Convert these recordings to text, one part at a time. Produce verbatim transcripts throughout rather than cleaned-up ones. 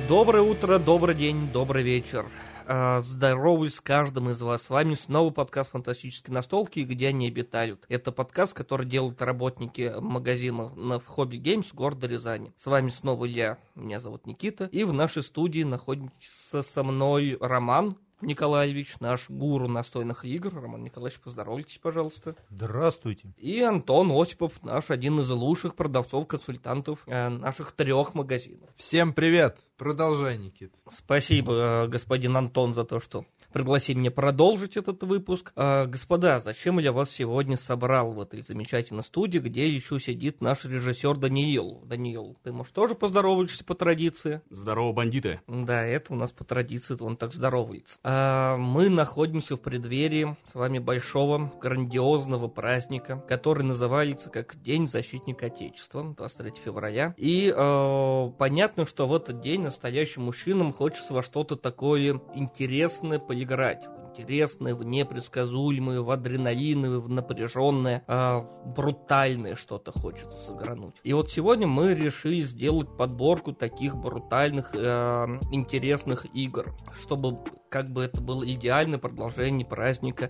Доброе утро, добрый день, добрый вечер. Здороваюсь с каждым из вас. С вами снова подкаст «Фантастические настолки», где они обитают. Это подкаст, который делают работники магазина в Hobby Games города Рязани. С вами снова я, меня зовут Никита, и в нашей студии находится со мной Роман Николаевич, наш гуру настольных игр. Роман Николаевич, поздоровайтесь, пожалуйста. Здравствуйте. И Антон Осипов, наш один из лучших продавцов-консультантов э, наших трех магазинов. Всем привет! Продолжай, Никит. Спасибо, господин Антон, за то, что пригласили меня продолжить этот выпуск. А, господа, зачем я вас сегодня собрал в этой замечательной студии, где еще сидит наш режиссер Даниил? Даниил, ты, может, тоже поздороваешься по традиции? Здорово, бандиты. Да, это у нас по традиции, он так здоровается. А, мы находимся в преддверии с вами большого, грандиозного праздника, который называется как День защитника Отечества, двадцать третьего февраля. И а, понятно, что в этот день настоящим мужчинам хочется во что-то такое интересное поиграть. В интересное, в непредсказуемое, в адреналиновое, в напряженное, э, в брутальное что-то хочется сыгрануть. И вот сегодня мы решили сделать подборку таких брутальных, э, интересных игр, чтобы как бы это было идеальное продолжение праздника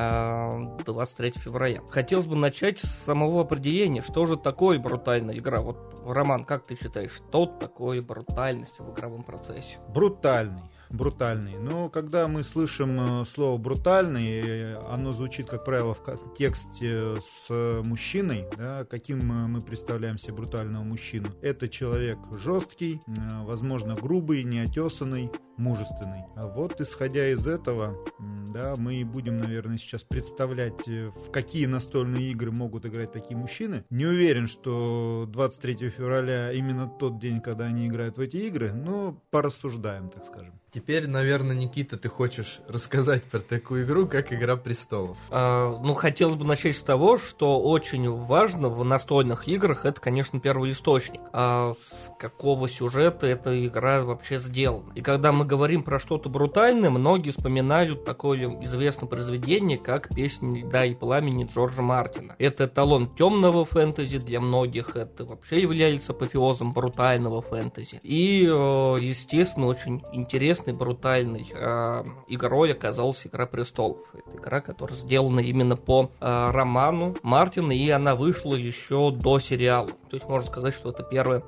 э, двадцать третьего февраля. Хотелось бы начать с самого определения, что же такое брутальная игра. Вот, Роман, как ты считаешь, что такое брутальность в игровом процессе? Брутальный. Брутальный. Но когда мы слышим слово брутальный, оно звучит, как правило, в контексте с мужчиной, да, каким мы представляем себе брутального мужчину. Это человек жесткий, возможно, грубый, неотесанный, мужественный. А вот исходя из этого, да, мы будем, наверное, сейчас представлять, в какие настольные игры могут играть такие мужчины. Не уверен, что двадцать третьего февраля именно тот день, когда они играют в эти игры, но порассуждаем, так скажем. Теперь, наверное, Никита, ты хочешь рассказать про такую игру, как «Игра престолов». А, ну, хотелось бы начать с того, что очень важно в настольных играх, это, конечно, первый источник. А с какого сюжета эта игра вообще сделана. И когда мы говорим про что-то брутальное, многие вспоминают такое известное произведение, как «Песнь льда и пламени» Джорджа Мартина. Это эталон темного фэнтези для многих, это вообще является апофеозом брутального фэнтези. И, естественно, очень интересно брутальной э, игрой оказалась «Игра престолов». Это игра, которая сделана именно по э, роману Мартина, и она вышла еще до сериала. То есть можно сказать, что это первое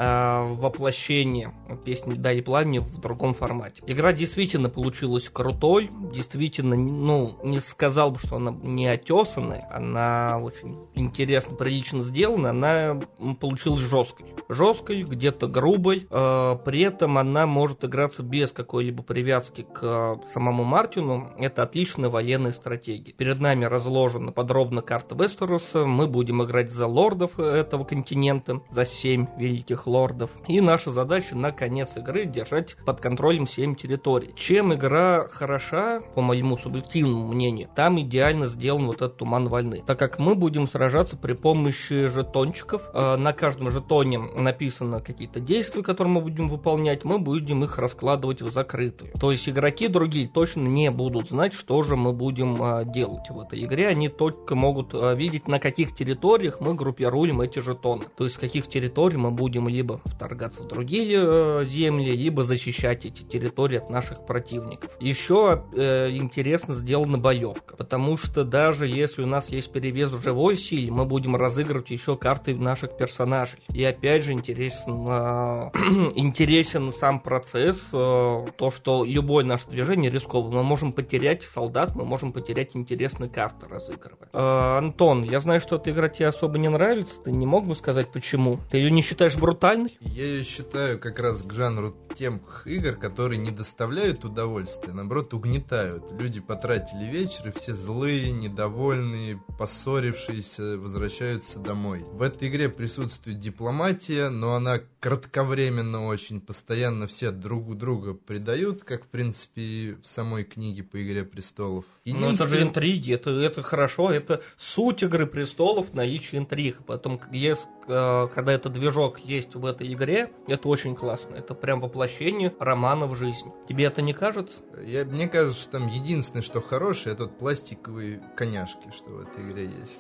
э, воплощение «Песни льда и пламени» в другом формате. Игра действительно получилась крутой, действительно, ну, не сказал бы, что она не отесанная, она очень интересно, прилично сделана, она получилась жесткой. Жесткой, где-то грубой, э, при этом она может играться без какой-либо привязки к самому Мартину. Это отличная военная стратегия. Перед нами разложена подробно карта Вестероса. Мы будем играть за лордов этого континента, за семь великих лордов. И наша задача на конец игры держать под контролем семь территорий. Чем игра хороша, по моему субъективному мнению, там идеально сделан вот этот туман войны. Так как мы будем сражаться при помощи жетончиков. На каждом жетоне написано какие-то действия, которые мы будем выполнять. Мы будем их раскладывать в закрытую. То есть игроки другие точно не будут знать, что же мы будем а, делать в этой игре. Они только могут а, видеть, на каких территориях мы группируем эти жетоны. То есть с каких территорий мы будем либо вторгаться в другие а, земли, либо защищать эти территории от наших противников. Еще а, интересно сделана боевка, потому что даже если у нас есть перевес в живой силе, мы будем разыгрывать еще карты наших персонажей. И опять же интересен, а, интересен сам процесс, то, что любое наше движение рисково. Мы можем потерять солдат, мы можем потерять интересные карты, разыгрывая. Э, Антон, я знаю, что эта игра тебе особо не нравится. Ты не мог бы сказать, почему? Ты ее не считаешь брутальной? Я ее считаю как раз к жанру тех игр, которые не доставляют удовольствия, наоборот, угнетают. Люди потратили вечер, и все злые, недовольные, поссорившиеся возвращаются домой. В этой игре присутствует дипломатия, но она кратковременно очень, постоянно все друг друга предают, как, в принципе, в самой книге по «Игре престолов». Единственное... Ну, это же интриги, это, это хорошо, это суть «Игры престолов», наличие интриг. Потом, если, когда этот движок есть в этой игре, это очень классно. Это прям воплощение романа в жизнь. Тебе это не кажется? Я, мне кажется, что там единственное, что хорошее, это вот пластиковые коняшки, что в этой игре есть.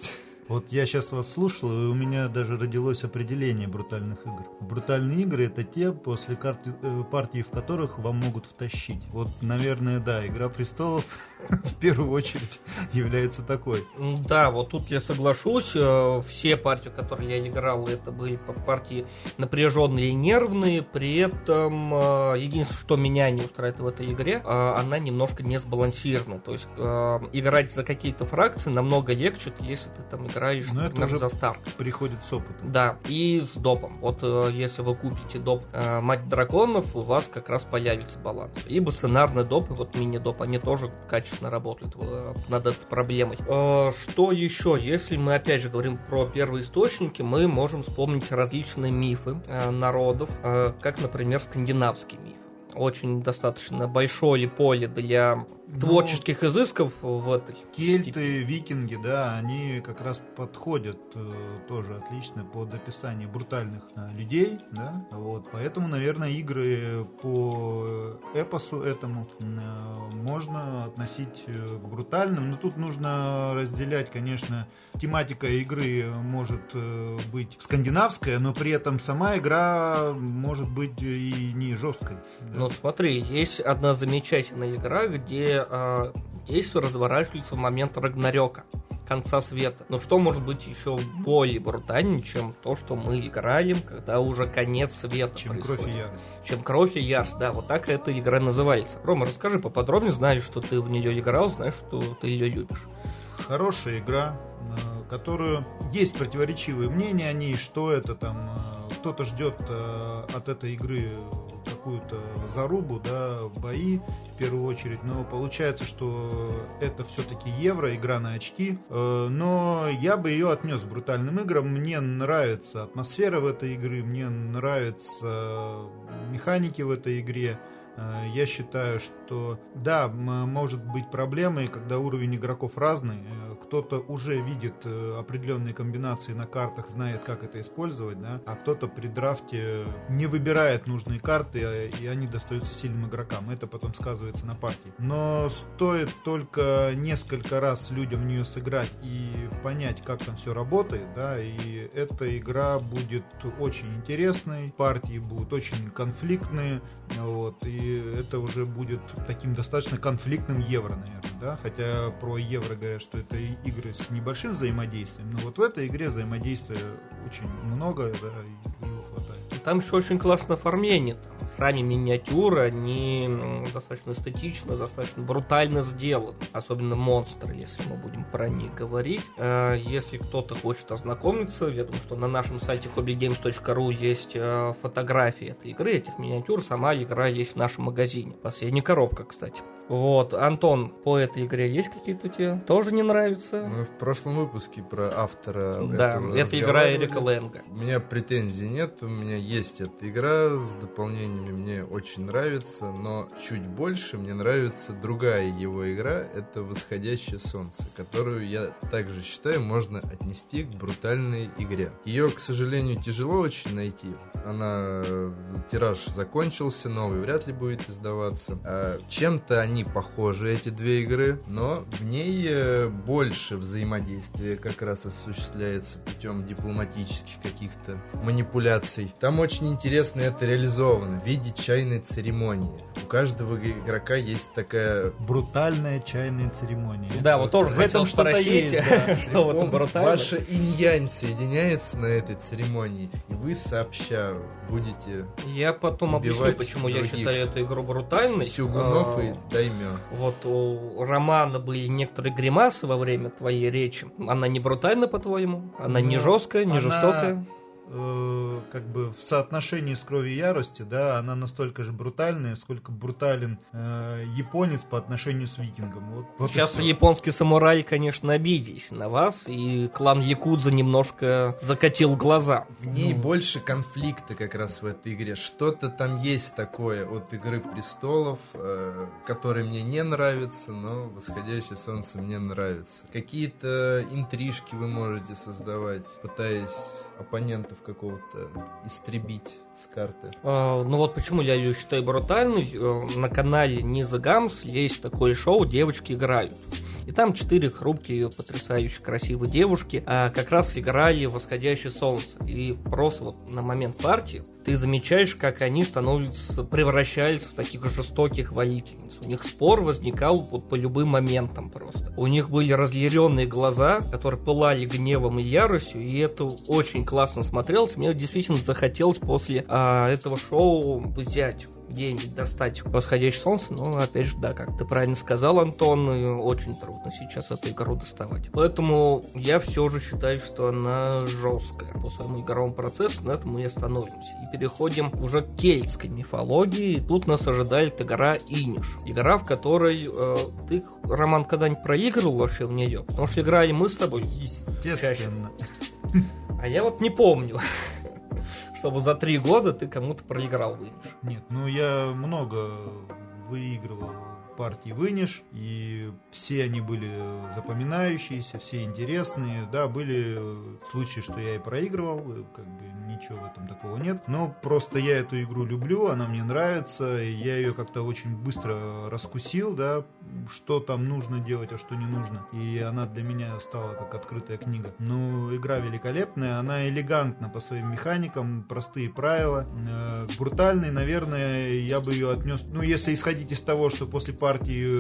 Вот я сейчас вас слушал, и у меня даже родилось определение брутальных игр. Брутальные игры — это те, после карты, э, партии в которых вам могут втащить. Вот, наверное, да, «Игра престолов» в первую очередь является такой. Да, вот тут я соглашусь. Все партии, в которые я играл, это были партии напряженные и нервные. При этом единственное, что меня не устраивает в этой игре, она немножко не сбалансирована. То есть играть за какие-то фракции намного легче, если ты там играешь, Но например, это уже за старт. Приходит с опытом. Да, и с допом. Вот если вы купите доп Мать Драконов, у вас как раз появится баланс. Либо сценарный доп, и вот мини-доп, они тоже качественно работают над этой проблемой. Что еще? Если мы опять же говорим про первые источники, мы можем вспомнить различные мифы народов, как, например, скандинавский миф. Очень достаточно большое поле для творческих ну, изысков в этой кельты, степени. Викинги, да, они как раз подходят э, тоже отлично под описание брутальных э, людей, да, вот, поэтому, наверное, игры по эпосу этому э, можно относить э, к брутальным, но тут нужно разделять, конечно, тематика игры может э, быть скандинавская, но при этом сама игра может быть и не жесткой. Да? Ну смотри, есть одна замечательная игра, где э, действие разворачивается в момент Рагнарёка, конца света. Но что может быть еще более брутальнее, чем то, что мы играем, когда уже конец света чем происходит. Кровь и ярость. Чем кровь и ярость, да, вот так эта игра называется. Рома, расскажи поподробнее, знаешь, что ты в нее играл, знаешь, что ты ее любишь. Хорошая игра, которую есть противоречивые мнения о ней, что это там, кто-то ждет от этой игры какую-то зарубу, да, бои в первую очередь, но получается, что это все-таки евро, игра на очки, но я бы ее отнес к брутальным играм. Мне нравится атмосфера в этой игре, мне нравятся механики в этой игре. Я считаю, что да, может быть проблемой, когда уровень игроков разный. Кто-то уже видит определенные комбинации на картах, знает, как это использовать, да? А кто-то при драфте не выбирает нужные карты, и они достаются сильным игрокам. Это потом сказывается на партии. Но стоит только несколько раз людям в нее сыграть и понять, как там все работает, да, и эта игра будет очень интересной, партии будут очень конфликтные, вот, и это уже будет таким достаточно конфликтным евро, наверное, да, хотя про евро говорят, что это игры с небольшим взаимодействием, но вот в этой игре взаимодействия очень много, да, и его хватает. Там еще очень классное оформление, там, сами миниатюры, они достаточно эстетично, достаточно брутально сделаны, особенно монстры, если мы будем про них говорить. Если кто-то хочет ознакомиться, я думаю, что на нашем сайте хобби геймс точка ру есть фотографии этой игры, этих миниатюр, сама игра есть в нашем магазине. Последняя коробка, кстати. Вот, Антон, по этой игре есть какие-то тебе тоже не нравятся? Мы в прошлом выпуске про автора да, этого это игра Эрика Лэнга. У меня претензий нет, у меня есть эта игра с дополнениями, мне очень нравится, но чуть больше мне нравится другая его игра, это «Восходящее солнце», которую я также считаю можно отнести к брутальной игре. Ее, к сожалению, тяжело очень найти. Она, тираж закончился, новый вряд ли будет издаваться. А чем-то они похожи, эти две игры, но в ней больше взаимодействия как раз осуществляется путем дипломатических каких-то манипуляций. Там очень интересно это реализовано в виде чайной церемонии. У каждого игрока есть такая... брутальная чайная церемония. Да, вот тоже в этом что-то есть, да. Что в этом брутально. Ваша инь-янь соединяется на этой церемонии, и вы сообща будете... Я потом объясню, почему я считаю эту игру брутальной. Сюгунов и даймё. Вот у Романа были некоторые гримасы во время твоей речи. Она не брутальна, по-твоему? Она ну, не жесткая, не она... жестокая? как бы в соотношении с «Кровью и яростью», да, она настолько же брутальная, сколько брутален э, японец по отношению с викингом. Вот, вот Сейчас японские самураи, конечно, обиделись на вас, и клан Якудза немножко закатил глаза. В ней ну. больше конфликта как раз в этой игре. Что-то там есть такое от «Игры престолов», э, который мне не нравится, но «Восходящее солнце» мне нравится. Какие-то интрижки вы можете создавать, пытаясь оппонентов какого-то истребить. с карты. А, ну вот почему я ее считаю брутальной. На канале Низа Гамс есть такое шоу «Девочки играют». И там четыре хрупкие, потрясающе красивые девушки а, как раз играли в «Восходящее солнце». И просто вот на момент партии ты замечаешь, как они становятся, превращаются в таких жестоких воительниц. У них спор возникал вот по любым моментам просто. У них были разъяренные глаза, которые пылали гневом и яростью, и это очень классно смотрелось. Мне действительно захотелось после а, этого шоу взять где-нибудь достать «Восходящее солнце», но, опять же, да, как ты правильно сказал, Антон, очень трудно сейчас эту игру доставать. Поэтому я все же считаю, что она жесткая по своему игровому процессу, на этом мы и остановимся. И переходим уже к кельтской мифологии, и тут нас ожидает игра «Иниш». Игра, в которой э, ты, Роман, когда-нибудь проигрывал вообще в нее? Потому что играли мы с тобой. Естественно. А я вот не помню, чтобы за три года ты кому-то проиграл в Иниш. Нет, ну я много выигрывал партии в Иниш, и все они были запоминающиеся, все интересные. Да, были случаи, что я и проигрывал, как бы ничего в этом такого нет. Но просто я эту игру люблю, она мне нравится, и я ее как-то очень быстро раскусил, да, что там нужно делать, а что не нужно. И она для меня стала как открытая книга. Ну, игра великолепная, она элегантна по своим механикам, простые правила. Э, брутальной, наверное, я бы ее отнес... Ну, если исходить из того, что после партии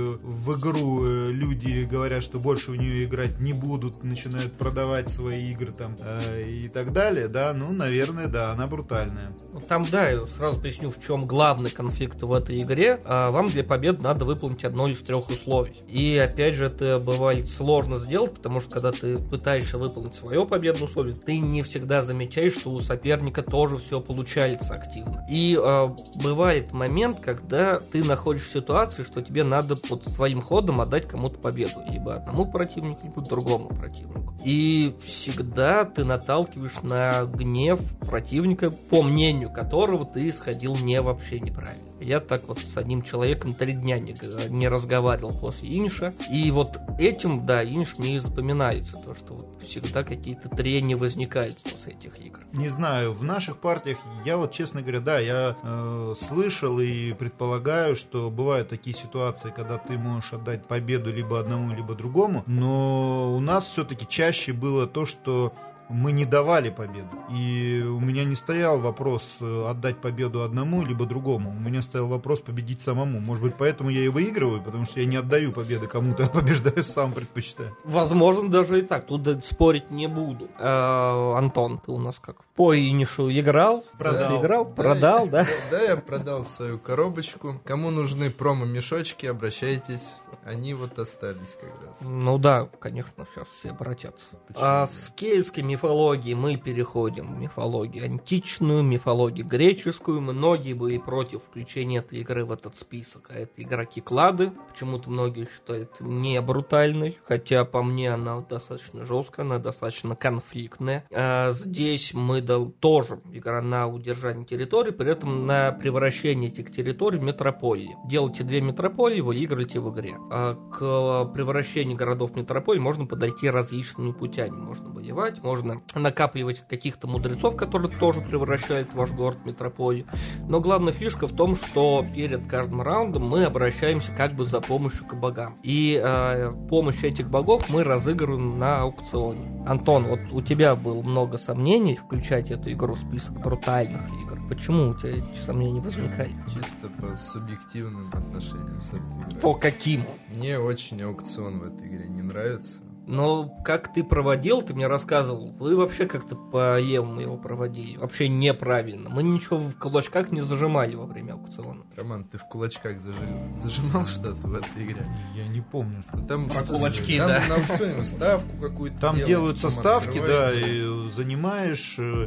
в игру люди говорят, что больше в нее играть не будут, начинают продавать свои игры там э, и так далее, да, ну, наверное, да, она брутальная. Там, да, я сразу поясню, в чем главный конфликт в этой игре. Вам для победы надо выполнить одно из трех условий. И, опять же, это бывает сложно сделать, потому что, когда ты пытаешься выполнить свое победное условие, ты не всегда замечаешь, что у соперника тоже все получается активно. И э, бывает момент, когда ты находишься в ситуации, что тебе надо под своим ходом отдать кому-то победу. Либо одному противнику, либо другому противнику. И всегда ты наталкиваешь на гнев противника, по мнению которого ты сходил не вообще неправильно. Я так вот с одним человеком три дня не, не разговаривал после Иниша. И вот этим, да, Иниш мне и запоминается. То, что вот всегда какие-то трения возникают после этих игр. Не знаю, в наших партиях, я вот, честно говоря, да, я э, слышал и предполагаю, что бывают такие ситуации, когда ты можешь отдать победу либо одному, либо другому. Но у нас все-таки чаще было то, что мы не давали победу. И у меня не стоял вопрос отдать победу одному либо другому. У меня стоял вопрос победить самому. Может быть, поэтому я и выигрываю, потому что я не отдаю победы кому-то, а побеждаю сам, предпочитаю. Возможно, даже и так. Тут спорить не буду. Э, Антон, ты у нас как? По Инишу играл? Продал. Играл? Продал, да? Да, я продал свою коробочку. Кому нужны промо-мешочки, обращайтесь. Они вот остались как раз. Ну да, конечно, сейчас все обратятся. Почему? А с кельтской мифологии мы переходим в мифологию античную, мифологию греческую. Многие были против включения этой игры в этот список. А это игра Киклады. Почему-то многие считают не брутальной, хотя по мне она достаточно жесткая, она достаточно конфликтная. А здесь мы дал тоже игра на удержание территории, при этом на превращение этих территорий в метрополии. Делайте две метрополии, вы играете в игре. А к превращению городов в метрополии можно подойти различными путями. Можно воевать, можно накапливать каких-то мудрецов, которые тоже превращают ваш город в метрополию. Но главная фишка в том, что перед каждым раундом мы обращаемся как бы за помощью к богам. И э, помощь этих богов мы разыгрываем на аукционе. Антон, вот у тебя было много сомнений включать эту игру в список брутальных игр. Почему у тебя эти сомнения возникают? Чисто по субъективным отношениям с этой игрой. По каким? Мне очень аукцион в этой игре не нравится. Но как ты проводил, ты мне рассказывал, вы вообще как-то по Евам его проводили. Вообще неправильно. Мы ничего в кулачках не зажимали во время аукциона. Роман, ты в кулачках зажи... зажимал что-то в этой игре? Я не помню. Что... Там Про что кулачки, там да. На аукционе ставку какую-то Там делать, делаются потом ставки, да, открываете. и занимаешь э,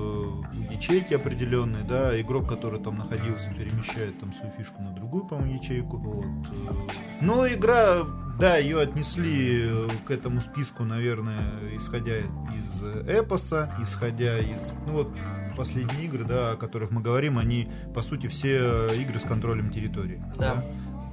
ячейки определенные, да, игрок, который там находился, перемещает там свою фишку на другую, по-моему, ячейку. Вот. Но игра, да, ее отнесли к этому списку, наверное, исходя из эпоса, исходя из, ну вот, последние игры, да, о которых мы говорим, они, по сути, все игры с контролем территории. Да. Да?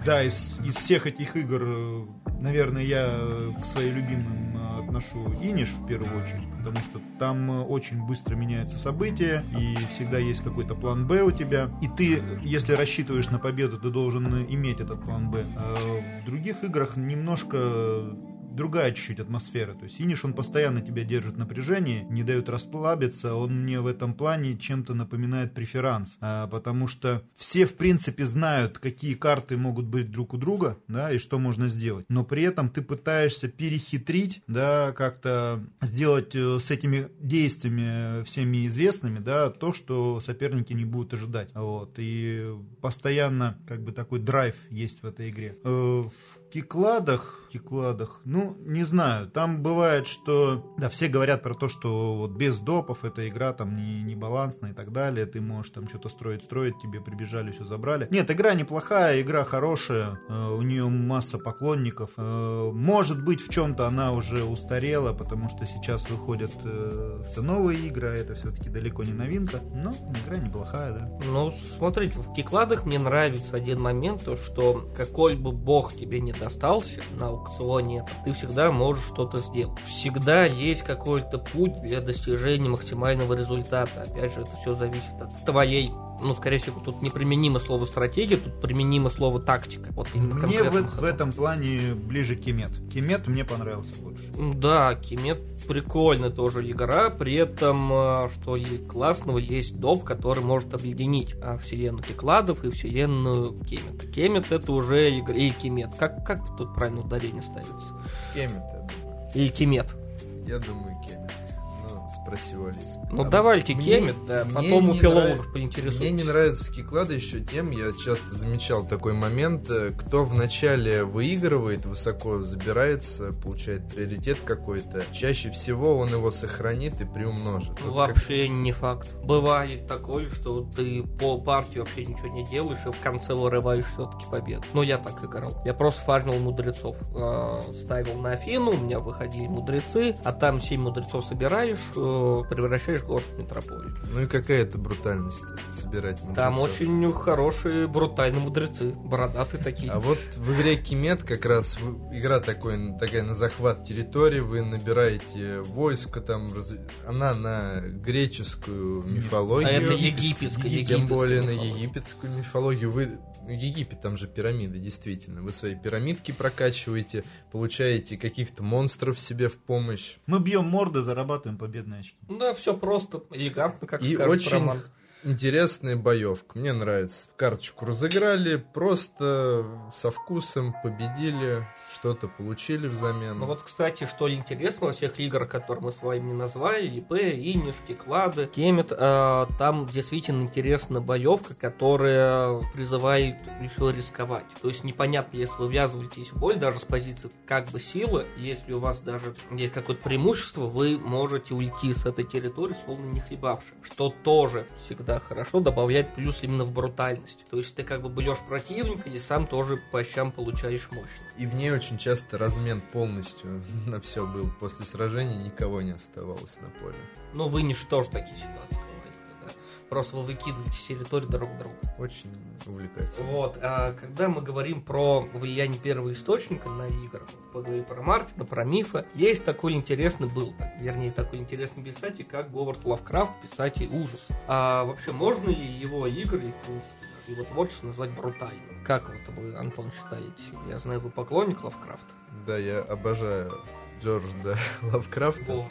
Да, из, из всех этих игр, наверное, я к своим любимым отношу Иниш в первую очередь, потому что там очень быстро меняются события, и всегда есть какой-то план Б у тебя, и ты, если рассчитываешь на победу, ты должен иметь этот план Б. А в других играх немножко другая чуть-чуть атмосфера. То есть Иниш, он постоянно тебя держит в напряжении, не дает расслабиться. Он мне в этом плане чем-то напоминает преферанс. А, потому что все, в принципе, знают, какие карты могут быть друг у друга, да, и что можно сделать. Но при этом ты пытаешься перехитрить, да, как-то сделать с этими действиями всеми известными, да, то, что соперники не будут ожидать. Вот. И постоянно, как бы, такой драйв есть в этой игре. В Кикладах, Кикладах, ну, не знаю, там бывает, что, да, все говорят про то, что вот без допов эта игра там не, не балансная и так далее, ты можешь там что-то строить, строить, тебе прибежали, все забрали. Нет, игра неплохая, игра хорошая, э, у нее масса поклонников, э, может быть, в чем-то она уже устарела, потому что сейчас выходят э, все новые игры, а это все-таки далеко не новинка, но игра неплохая, да. Ну, смотрите, в Кикладах мне нравится один момент, то, что какой бы бог тебе не достался на аукционе, ты всегда можешь что-то сделать. Всегда есть какой-то путь для достижения максимального результата. Опять же, это все зависит от твоей, ну, скорее всего, тут не применимо слово стратегия, тут применимо слово тактика. Вот мне в, в этом плане ближе Кемет. Кемет мне понравился больше. Да, Кемет прикольная тоже игра, при этом, что классного, есть доп, который может объединить вселенную Кикладов и вселенную Кемет. Кемет это уже игра, и Кемет. Как, как тут правильно ударение ставится? Кемет, я думаю. Или Кемет? Я думаю, Кемет. Ну, спроси у Алисы. Ну, а давайте мне, Кемет, да, потом у филологов поинтересуемся. Мне не нравится Киклады еще тем, я часто замечал такой момент, кто вначале выигрывает, высоко забирается, получает приоритет какой-то, чаще всего он его сохранит и приумножит. Вот вообще как... не факт. Бывает такое, что ты по партии вообще ничего не делаешь и в конце вырываешь все-таки победу. Ну, я так играл. Я просто фармил мудрецов. Ставил на Афину, у меня выходили мудрецы, а там семь мудрецов собираешь, превращаешь город в метрополию. Ну и какая это брутальность собирать мудрецов? Там очень хорошие брутальные мудрецы, бородатые такие. А вот в игре Кемет как раз игра такой, такая на захват территории, вы набираете войско, там раз... она на греческую мифологию. А это египетская, египетская Тем более мифология. На египетскую мифологию. Вы... Египет, там же пирамиды, действительно. Вы свои пирамидки прокачиваете, получаете каких-то монстров себе в помощь. Мы бьем морды, зарабатываем победные очки. Да, все просто, элегантно, как и скажет очень Роман. Интересная боевка. Мне нравится. Карточку разыграли, просто со вкусом победили, что-то получили взамен. Ну вот, кстати, что интересно во всех играх, которые мы с вами назвали, ИП, Иниш, Киклады, Кемет, э, там действительно интересная боевка, которая призывает еще рисковать. То есть непонятно, если вы ввязываетесь в бой, даже с позиции как бы силы, если у вас даже есть какое-то преимущество, вы можете уйти с этой территории, словно не хлебавши. Что тоже всегда хорошо, добавляет плюс именно в брутальность. То есть ты как бы бьешь противника и сам тоже по щам получаешь мощно. И в ней очень часто размен полностью на все был. После сражения никого не оставалось на поле. Ну, вы не тоже такие ситуации бывают, когда просто вы выкидываете территорию друг друга. Очень увлекательно. Вот, а когда мы говорим про влияние первого источника на игры, поговорим про Мартина, про мифы, есть такой интересный был, так, вернее, такой интересный писатель, как Говард Лавкрафт, писатель ужасов. А вообще можно ли его игры, в принципе, его творчество назвать брутальным? Как вот вы, Антон, считаете? Я знаю, вы поклонник Лавкрафта. Да, я обожаю Джорджа Лавкрафта.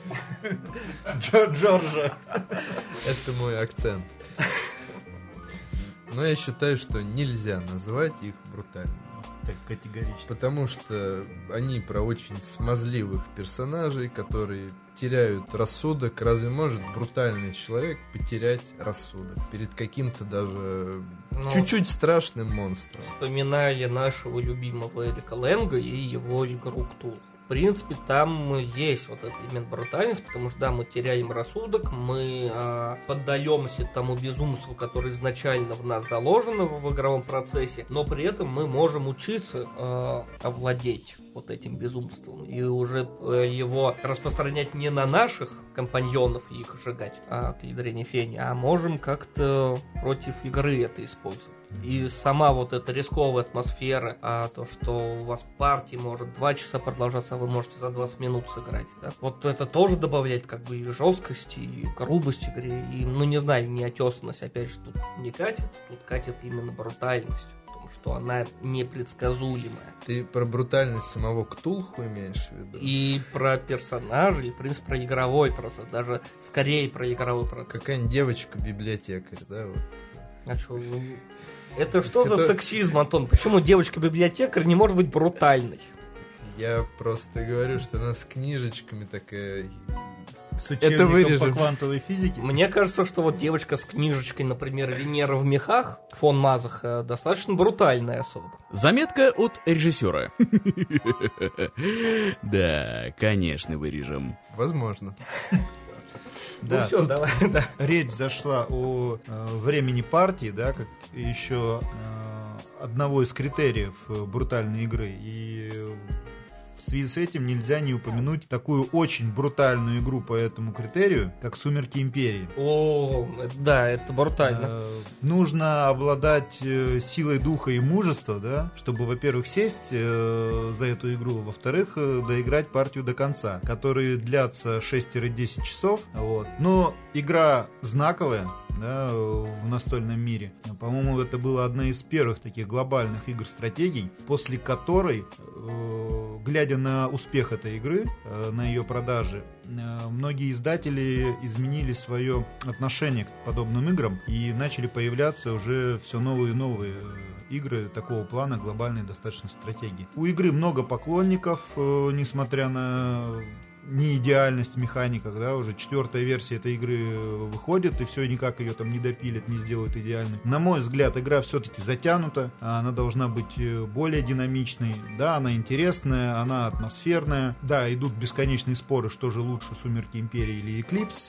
Джорджа. Это мой акцент. Но я считаю, что нельзя называть их брутальными. Так категорично. Потому что они про очень смазливых персонажей, которые теряют рассудок. Разве может брутальный человек потерять рассудок перед каким-то даже ну, чуть-чуть страшным монстром? Вспоминая нашего любимого Эрика Лэнга и его игру Ктулху. В принципе, там есть вот этот элемент брутальности, потому что, да, мы теряем рассудок, мы э, поддаемся тому безумству, которое изначально в нас заложено в, в игровом процессе, но при этом мы можем учиться э, овладеть вот этим безумством и уже э, его распространять не на наших компаньонов и их сжигать, а к ядрени фени, а можем как-то против игры это использовать. И сама вот эта рисковая атмосфера, а то, что у вас партия может два часа продолжаться, а вы можете за двадцать минут сыграть, да? Вот это тоже добавляет как бы и жесткости, и грубость игре, и, ну не знаю, неотесанность, опять же, тут не катит, тут катит именно брутальность, потому что она непредсказуемая. Ты про брутальность самого Ктулху имеешь в виду? И про персонажей, и, в принципе, про игровой процесс, даже скорее про игровой процесс. Какая-нибудь девочка-библиотекарь, да? Вот. А что, ну, это что Это... за сексизм, Антон? Почему девочка-библиотекарь не может быть брутальной? Я просто говорю, что она с книжечками такая... С учебником по квантовой физике? Мне кажется, что вот девочка с книжечкой, например, «Венера в мехах» фон Мазах, достаточно брутальная особа. Заметка от режиссера. Да, конечно, вырежем. Возможно. Да, ну все, давай, да. Речь зашла о э, времени партии, да, как еще э, одного из критериев брутальной игры. И в связи с этим нельзя не упомянуть такую очень брутальную игру по этому критерию, как «Сумерки Империи». О, да, это брутально. Э, нужно обладать э, силой духа и мужества, да, чтобы, во-первых, сесть э, за эту игру, во-вторых, э, доиграть партию до конца, которые длятся шесть-десять часов. Вот. Но игра знаковая, да, в настольном мире. По-моему, это была одна из первых таких глобальных игр-стратегий, после которой, э, глядя на успех этой игры, э, на ее продажи, э, многие издатели изменили свое отношение к подобным играм и начали появляться уже все новые и новые игры такого плана, глобальной достаточно стратегии. У игры много поклонников, э, несмотря на неидеальность в механиках, да, уже четвертая версия этой игры выходит, и все никак ее там не допилят, не сделают идеальной. На мой взгляд, игра все-таки затянута, она должна быть более динамичной, да, она интересная, она атмосферная, да, идут бесконечные споры, что же лучше, «Сумерки Империи» или «Эклипс».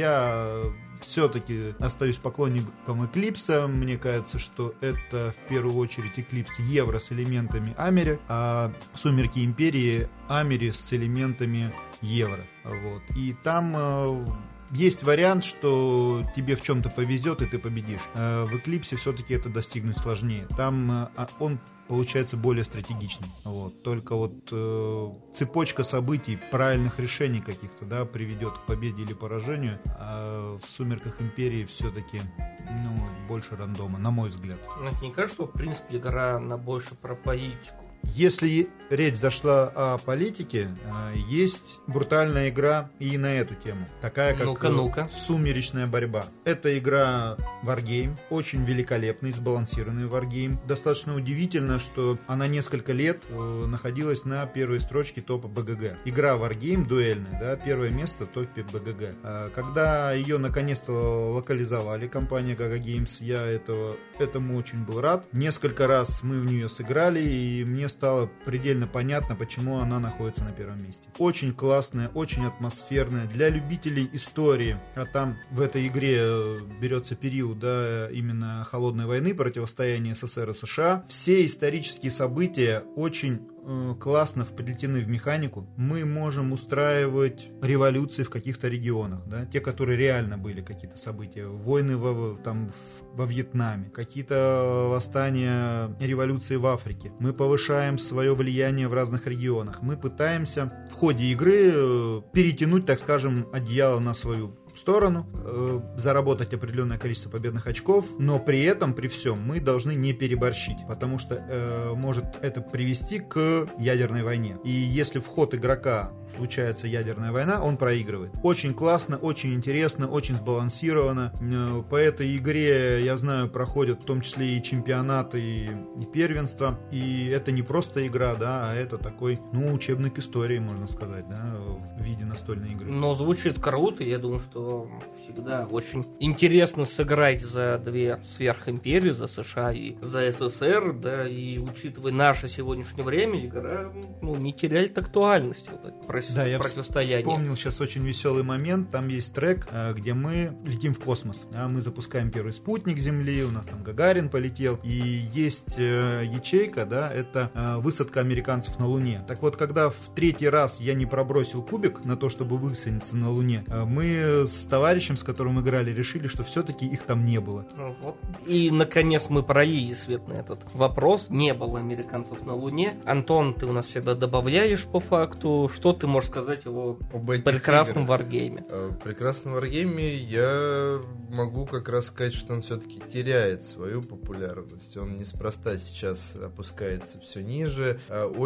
Я все-таки остаюсь поклонником «Эклипса», мне кажется, что это в первую очередь «Эклипс» Евро с элементами Амери, а «Сумерки Империи» Амери с элементами Евро. Вот. И там э, есть вариант, что тебе в чем-то повезет, и ты победишь. Э, в «Эклипсе» все-таки это достигнуть сложнее. Там э, он получается более стратегичный. Вот. Только вот э, цепочка событий, правильных решений каких-то, да, приведет к победе или поражению. А в «Сумерках Империи» все-таки, ну, больше рандома, на мой взгляд. Но это не кажется, что в принципе игра она больше про политику? Если речь зашла о политике, есть брутальная игра и на эту тему. Такая, как ну-ка, ну-ка. «Сумеречная борьба». Это игра Wargame, очень великолепный, сбалансированный Wargame. Достаточно удивительно, что она несколько лет находилась на первой строчке топа бэ гэ гэ. Игра Wargame дуэльная, да, первое место в топе бэ гэ гэ. Когда ее наконец-то локализовали, компания Gaga Games, я этого, этому очень был рад. Несколько раз мы в нее сыграли, и мне стало предельно понятно, почему она находится на первом месте. Очень классная, очень атмосферная, для любителей истории. А там в этой игре берется период, да, именно холодной войны, противостояния эс эс эр и США. Все исторические события очень классно вплетены в механику. Мы можем устраивать революции в каких-то регионах, да, те, которые реально были, какие-то события, войны во, там, во Вьетнаме, какие-то восстания, революции в Африке. Мы повышаем свое влияние в разных регионах. Мы пытаемся в ходе игры перетянуть, так скажем, одеяло на свою сторону, э, заработать определенное количество победных очков, но при этом, при всем, мы должны не переборщить, потому что э, может это привести к ядерной войне. И если в ход игрока случается ядерная война, он проигрывает. Очень классно, очень интересно, очень сбалансировано. Э, по этой игре, я знаю, проходят в том числе и чемпионаты, и, и первенства. И это не просто игра, да, а это такой, ну, учебник истории, можно сказать, да, в виде настольной игры. Но звучит круто, я думаю, что всегда очень интересно сыграть за две сверхимперии, за США и за эс эс эр, да, и учитывая наше сегодняшнее время, игра, ну, не теряет актуальности, вот это про- да, я противостояние. Вспомнил сейчас очень веселый момент, там есть трек, где мы летим в космос, да, мы запускаем первый спутник Земли, у нас там Гагарин полетел, и есть э, ячейка, да, это э, высадка американцев на Луне. Так вот, когда в третий раз я не пробросил кубик на то, чтобы высадиться на Луне. Мы с товарищем, с которым играли, решили, что все-таки их там не было. Ну, вот. И, наконец, мы пролили свет на этот вопрос. Не было американцев на Луне. Антон, ты у нас всегда добавляешь по факту. Что ты можешь сказать о Об этих прекрасном играх. варгейме? В прекрасном варгейме я могу как раз сказать, что он все-таки теряет свою популярность. Он неспроста сейчас опускается все ниже.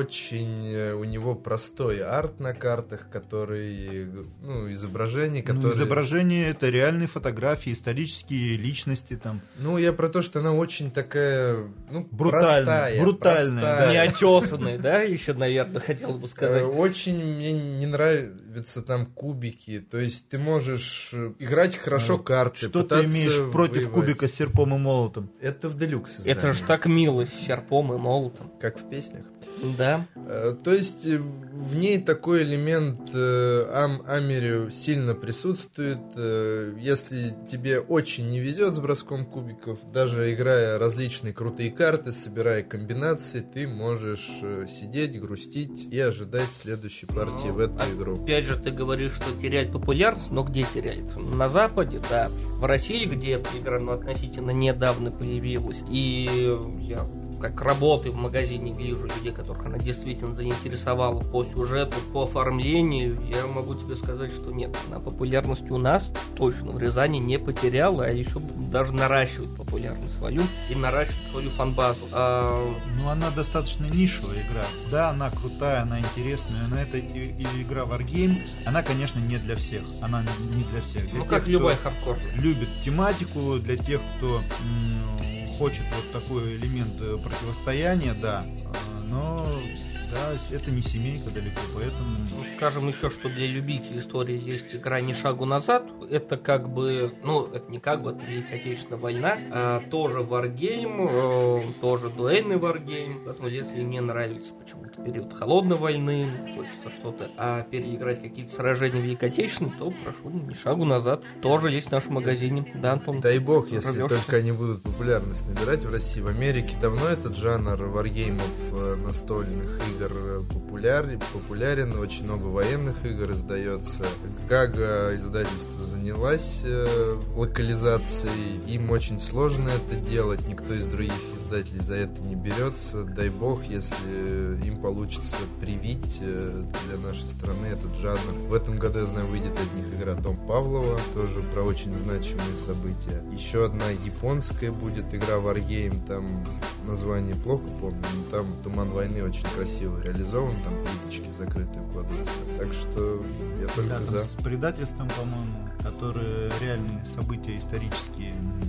Очень у него простой арт на картах, который, ну, изображения, которые... Ну, изображение — это реальные фотографии, исторические личности там. Ну, я про то, что она очень такая, ну, Брутальная, простая, брутальная, простая. Неотесанный, да, еще, наверное, хотел бы сказать. Э, Очень мне не нравятся там кубики. То есть ты можешь играть хорошо карты. Что ты пытаться имеешь против воевать. кубика с серпом и молотом? Это в делюкс Это издании, же так мило, с серпом и молотом. как в песнях. Да. Э, То есть э, в ней такой элемент э, ам америо сильно присутствует. Э, Если тебе очень не везет с броском кубиков, даже играя различные крутые карты, собирая комбинации, ты можешь э, сидеть, грустить и ожидать следующей партии Ну, в эту а- игру. Опять же, ты говоришь, что теряет популярность, но где теряет? На Западе, да. В России, где эта игра ну, относительно недавно появилась. И я как работаю в магазине, вижу людей, которых она действительно заинтересовала по сюжету, по оформлению. Я могу тебе сказать, что нет, она популярность у нас точно в Рязани не потеряла, а еще даже наращивает популярность свою и наращивает свою фан-базу. А, Ну, она достаточно нишевая игра. Да, она крутая, она интересная, но это и- и игра Wargame, она, конечно, не для всех. Она не для всех. Для ну, тех, как кто любой хардкор. любит тематику, для тех, кто м, хочет вот такой элемент э, противостояния, да. А, Но, да, это не семейка далеко, поэтому... Ну, скажем еще, что для любителей истории есть игра «Ни шагу назад». Это как бы, ну, это не как бы, это Великая Отечественная война. А, тоже варгейм, э, тоже дуэльный варгейм. Поэтому, если не нравится почему-то период холодной войны, хочется что-то а переиграть какие-то сражения Великой Отечественной, то прошу, «Ни шагу назад». Тоже есть в нашем магазине. Да, Антон? Дай бог, если Рвёшься. только они будут популярность набирать в России. В Америке давно этот жанр варгеймов э, настольных игр э, популярен, популярен, очень много военных игр издается. Гага издательство занялась э, локализацией, им очень сложно это делать, никто из других издателей за это не берется. Дай бог, если им получится привить э, для нашей страны этот жанр. В этом году, я знаю, выйдет от них игра Том Павлова, тоже про очень значимые события. Еще одна японская будет игра Wargame, там название плохо помню, но там Туман войны очень красиво реализован, там плиточки закрытые кладутся. Так что я только Да, там за. с предательством, по-моему, которые реальные события исторические м,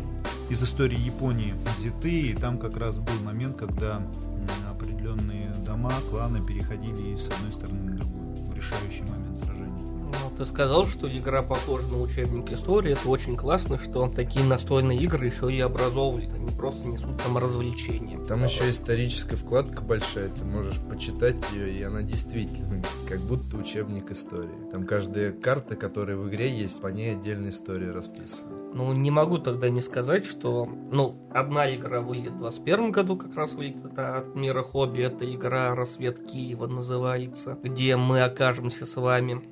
из истории Японии взяты, и там как раз был момент, когда м, определенные дома, кланы переходили с одной стороны на другую в решающий момент сражения. Ну, ты сказал, что игра похожа на учебник истории. Это очень классно, что такие настольные игры еще и образовывают, они просто несут там развлечения. Там еще историческая вкладка большая, ты можешь почитать ее, и она действительно как будто учебник истории. Там каждая карта, которая в игре есть, по ней отдельная история расписана. Ну, не могу тогда не сказать, что... Ну, одна игра выйдет в двадцать первом году, как раз выйдет это от Мира Хобби. Это игра «Рассвет Киева» называется, где мы окажемся с вами...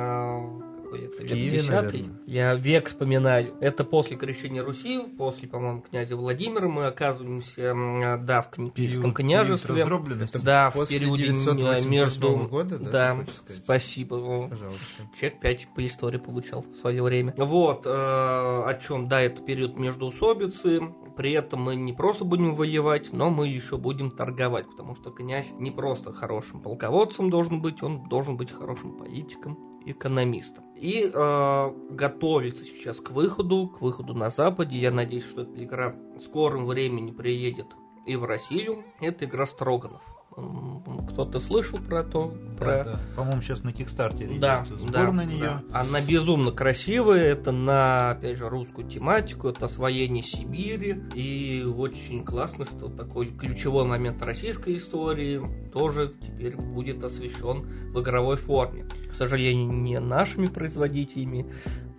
э, какой это, В век Киеве, десятый. наверное. Я век вспоминаю. Это после крещения Руси, после, по-моему, князя Владимира. Мы оказываемся, м, да, в Киевском князестве. период раздробленности. Это Да, в после периоде девятьсот восемьдесят между... восьмого года, да, Да, ты хочешь сказать? спасибо. О, Пожалуйста. Человек пять по истории получал в свое время. Вот, э, о чем, да, это период междоусобицы. При этом мы не просто будем воевать, но мы еще будем торговать, потому что князь не просто хорошим полководцем должен быть, он должен быть хорошим политиком, экономистом. И э, готовится сейчас к выходу, к выходу на Западе. Я надеюсь, что эта игра в скором времени приедет и в Россию. Это игра Строганов. М, Кто-то слышал про то? Про... Да, да. По-моему, сейчас на Кикстартере Да, идет сбор да, на нее. да. Она безумно красивая, это на, опять же, русскую тематику, это освоение Сибири, и очень классно, что такой ключевой момент российской истории тоже теперь будет освещен в игровой форме. К сожалению, не нашими производителями,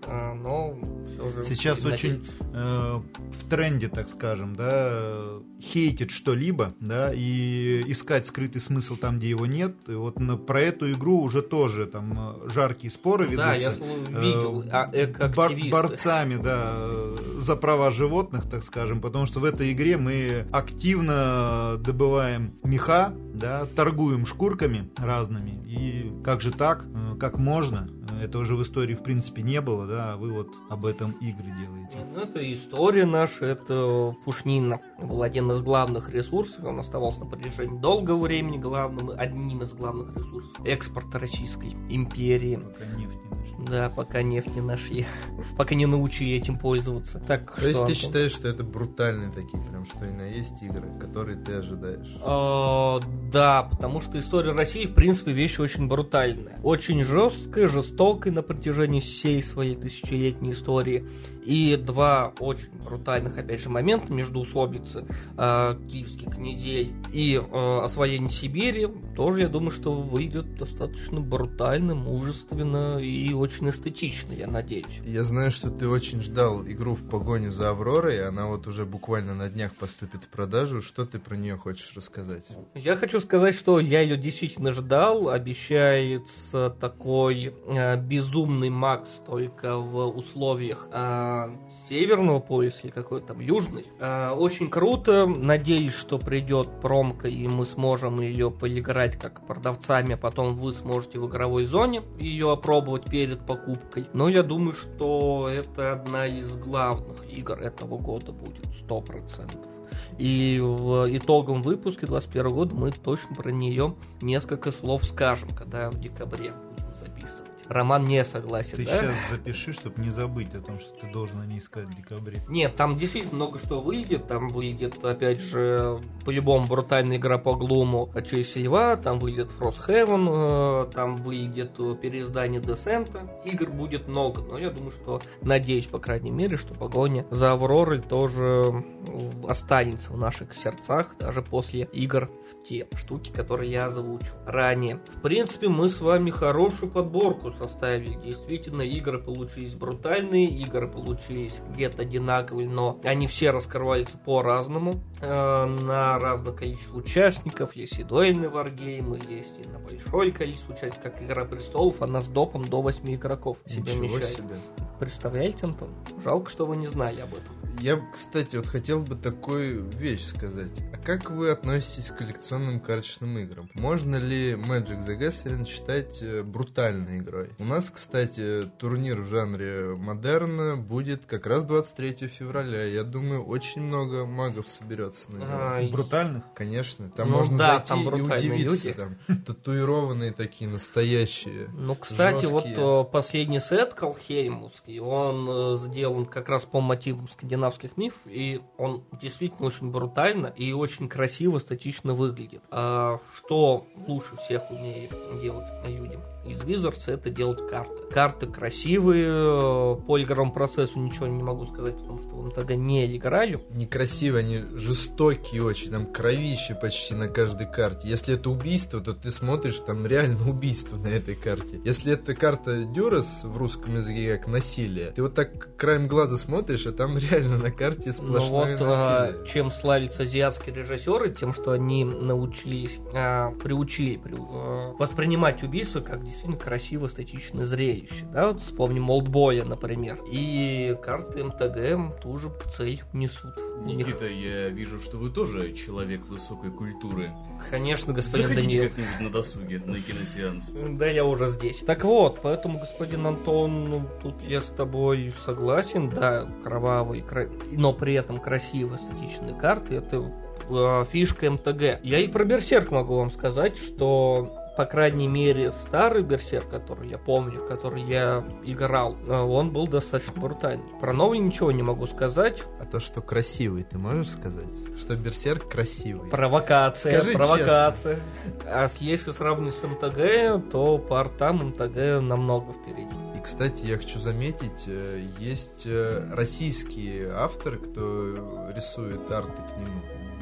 но все же... Сейчас очень э, в тренде, так скажем, да, хейтить что-либо, да, и искать скрытый смысл там, где его нет. И вот на, про эту игру уже тоже там жаркие споры ведутся. Да, я видел, э, а экоактивисты. Бар- борцами, да, за права животных, так скажем, потому что в этой игре мы активно добываем меха, да, торгуем шкурками разными, и как же так, как можно? Это уже в истории, в принципе, не было, да, а вы вот об этом игры делаете. Это история наша, это Пушнин был один из главных ресурсов, он оставался на протяжении долгого времени главным, одним из главных ресурсов экспорта Российской империи. Пока нефть не нашли. Да, пока нефть не нашли, пока не научили этим пользоваться. Так, То что, есть ты Антон? считаешь, что это брутальные такие, прям что и на есть игры, которые ты ожидаешь? А, да, потому что история России, в принципе, вещь очень брутальная. Очень жесткая, жестокая на протяжении всей своей тысячелетней истории. И два очень брутальных, опять же, момента междоусобицы э, киевских князей и э, освоение Сибири тоже, я думаю, что выйдет достаточно брутально, мужественно и очень эстетично, я надеюсь. Я знаю, что ты очень ждал игру «В погоне за Авророй», она вот уже буквально на днях поступит в продажу. Что ты про нее хочешь рассказать? Я хочу сказать, что я ее действительно ждал. Обещается такой э, безумный Макс, только в условиях э, северного пояса или какой-то там южный. Э, очень круто. Надеюсь, что придет промка, и мы сможем ее поиграть как продавцами, а потом вы сможете в игровой зоне ее опробовать перед покупкой. Но я думаю, что это одна из главных игр этого года будет, сто процентов. И в итоговом выпуске двадцать первого года мы точно про нее несколько слов скажем, когда в декабре будем записывать. Роман не согласен, Ты да? сейчас запиши, чтобы не забыть о том, что ты должен о ней искать в декабре. Нет, там действительно много что выйдет. Там выйдет, опять же, по-любому брутальная игра по Глуму от Чейса Льва, там выйдет Frosthaven, там выйдет переиздание Десента. Игр будет много, но я думаю, что, надеюсь, по крайней мере, что погоня за Авророй тоже останется в наших сердцах, даже после игр в те штуки, которые я озвучил ранее. В принципе, мы с вами хорошую подборку составили. Действительно, игры получились брутальные, игры получились где-то одинаковые, но они все раскрывались по-разному, э, на разное количество участников. Есть и дуэльные варгеймы, есть и на большое количество участников, как Игра престолов, она с допом до восьми игроков себе Ничего вмещает. себе. Представляете, Антон? Жалко, что вы не знали об этом. Я, кстати, вот хотел бы такую вещь сказать. А как вы относитесь к коллекционным карточным играм? Можно ли Magic the Gathering считать э, брутальной игрой? У нас, кстати, турнир в жанре модерна будет как раз двадцать третьего февраля. Я думаю, очень много магов соберется на него. А, Брутальных? Конечно. Там ну, можно да, зайти там и брутальные удивиться. люди. Там татуированные такие, настоящие. Ну, кстати, жесткие. вот последний сет Калхеймовский, он э, сделан как раз по мотивам скандинавских мифов, и он действительно очень брутально и очень красиво, эстетично выглядит. А что лучше всех умеет делать люди из Wizards, это делать карты. Карты красивые, по игровому процессу ничего не могу сказать, потому что в МТГ не играли. Некрасивые, они жестокие очень, там кровище почти на каждой карте. Если это убийство, то ты смотришь, там реально убийство на этой карте. Если это карта Дюрас в русском языке как насилие, ты вот так краем глаза смотришь, а там реально на карте сплошное ну вот, насилие. А, чем славятся азиатские режиссеры, тем, что они научились, а, приучили при, а, воспринимать убийство как действительно красиво, эстетичное зрелище. Да, вот вспомним Олдбоя, например. И карты МТГ ту же цель несут. Никита, я вижу, что вы тоже человек высокой культуры. Конечно, господин Заходите Даниил. как-нибудь на досуге, на киносеанс. Да, я уже здесь. Так вот, поэтому, господин Антон, ну, тут я с тобой согласен, да, кровавые, кра... но при этом красивые, эстетичные карты, это э, фишка МТГ. Я и про Берсерк могу вам сказать, что, по крайней мере, старый Берсерк, который я помню, в который я играл, он был достаточно брутальный. Про новый ничего не могу сказать. А то, что красивый, ты можешь сказать? Что Берсерк красивый? Провокация, Скажи провокация. А если сравнивать с МТГ, то по артам МТГ намного впереди. И, кстати, я хочу заметить, есть российские авторы, кто рисует арты к нему.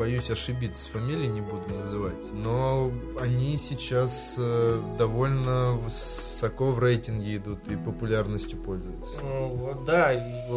боюсь ошибиться, фамилии не буду называть, но они сейчас э, довольно высоко в рейтинге идут и популярностью пользуются. Ну, да,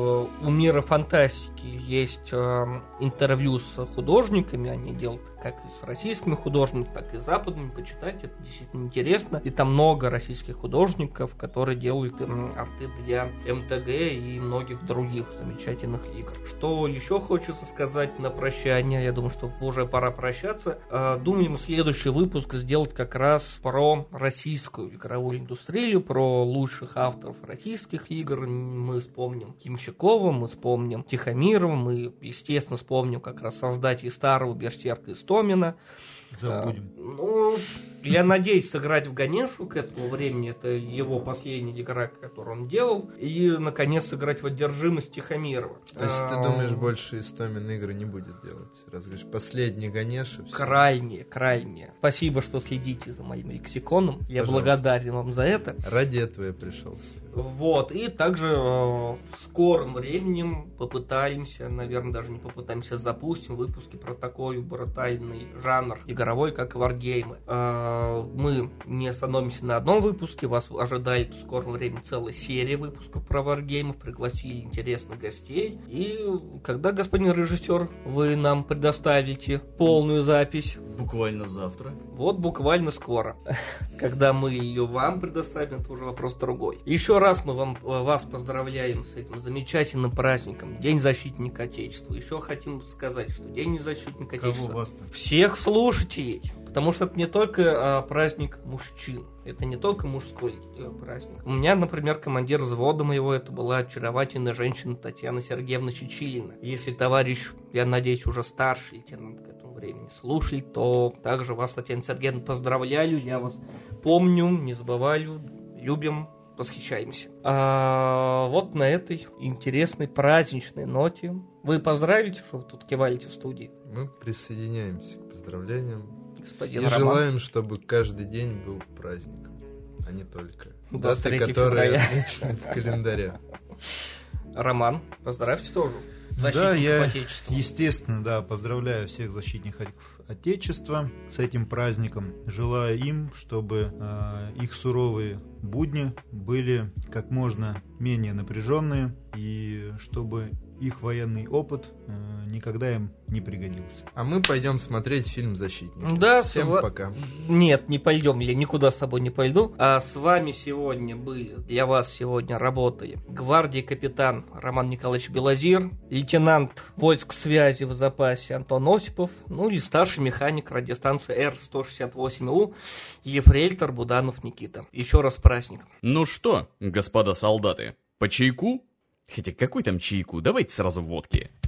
у мира фантастики есть э, интервью с художниками, они делают как и с российскими художниками, так и с западными, почитайте, это действительно интересно. И там много российских художников, которые делают э, арты для эм тэ гэ и многих других замечательных игр. Что еще хочется сказать на прощание, я думаю, что уже пора прощаться. Э, думаем следующий выпуск сделать как раз про российскую игровую индустрию, про лучших авторов российских игр. Мы вспомним Ямщикова, мы вспомним Тихомирова, мы, естественно, вспомним как раз создателей старого Берсерка Истомина. Забудем. А, ну, я надеюсь сыграть в Ганешу к этому времени. Это его последняя игра, которую он делал. И, наконец, сыграть в Одержимость Тихомирова. То есть ты думаешь, больше Истомин игры не будет делать? Раз говоришь, последний Ганеша. Крайне, крайне. Спасибо, что следите за моим лексиконом. Я Пожалуйста. благодарен вам за это. Ради этого я пришел. Вот, и также э, в скором временем попытаемся, наверное, даже не попытаемся, запустим выпуски про такой брутальный жанр игровой, как варгеймы. Э, мы не остановимся на одном выпуске, вас ожидает в скором времени целая серия выпусков про варгеймов, пригласили интересных гостей. И когда, господин режиссер, вы нам предоставите полную запись? Буквально завтра. Вот буквально скоро. Когда мы ее вам предоставим, это уже вопрос другой. Еще раз мы вам, вас поздравляем с этим замечательным праздником. День защитника Отечества. Еще хотим сказать, что День защитника Отечества. Кого вас-то? Всех слушателей. Потому что это не только а, праздник мужчин. Это не только мужской э, праздник. У меня, например, командир взвода моего, это была очаровательная женщина Татьяна Сергеевна Чечилина. Если товарищ, я надеюсь, уже старший лейтенант к этому времени слушает, то также вас, Татьяна Сергеевна, поздравляю. Я вас помню, не забываю, любим, восхищаемся. А вот на этой интересной праздничной ноте вы поздравите, что вы тут киваете в студии? Мы присоединяемся к поздравлениям. Господин и Роман. желаем, чтобы каждый день был праздником, а не только даты, которые отмечены в календаре. Роман, поздравьте тоже. Да, я, Отечества. естественно, да, поздравляю всех защитников Отечества с этим праздником. Желаю им, чтобы э, их суровые будни были как можно менее напряженные и чтобы их военный опыт э, никогда им не пригодился. А мы пойдем смотреть фильм «Защитник». Да, всем сва... пока. Нет, не пойдем, я никуда с собой не пойду. А с вами сегодня были, для вас сегодня работали гвардии капитан Роман Николаевич Белозир, лейтенант войск связи в запасе Антон Осипов, ну и старший механик радиостанции эр сто шестьдесят восемь у ефрейтор Буданов Никита. Еще раз с праздником. Ну что, господа солдаты, по чайку? Хотя какой там чайку, давайте сразу водки.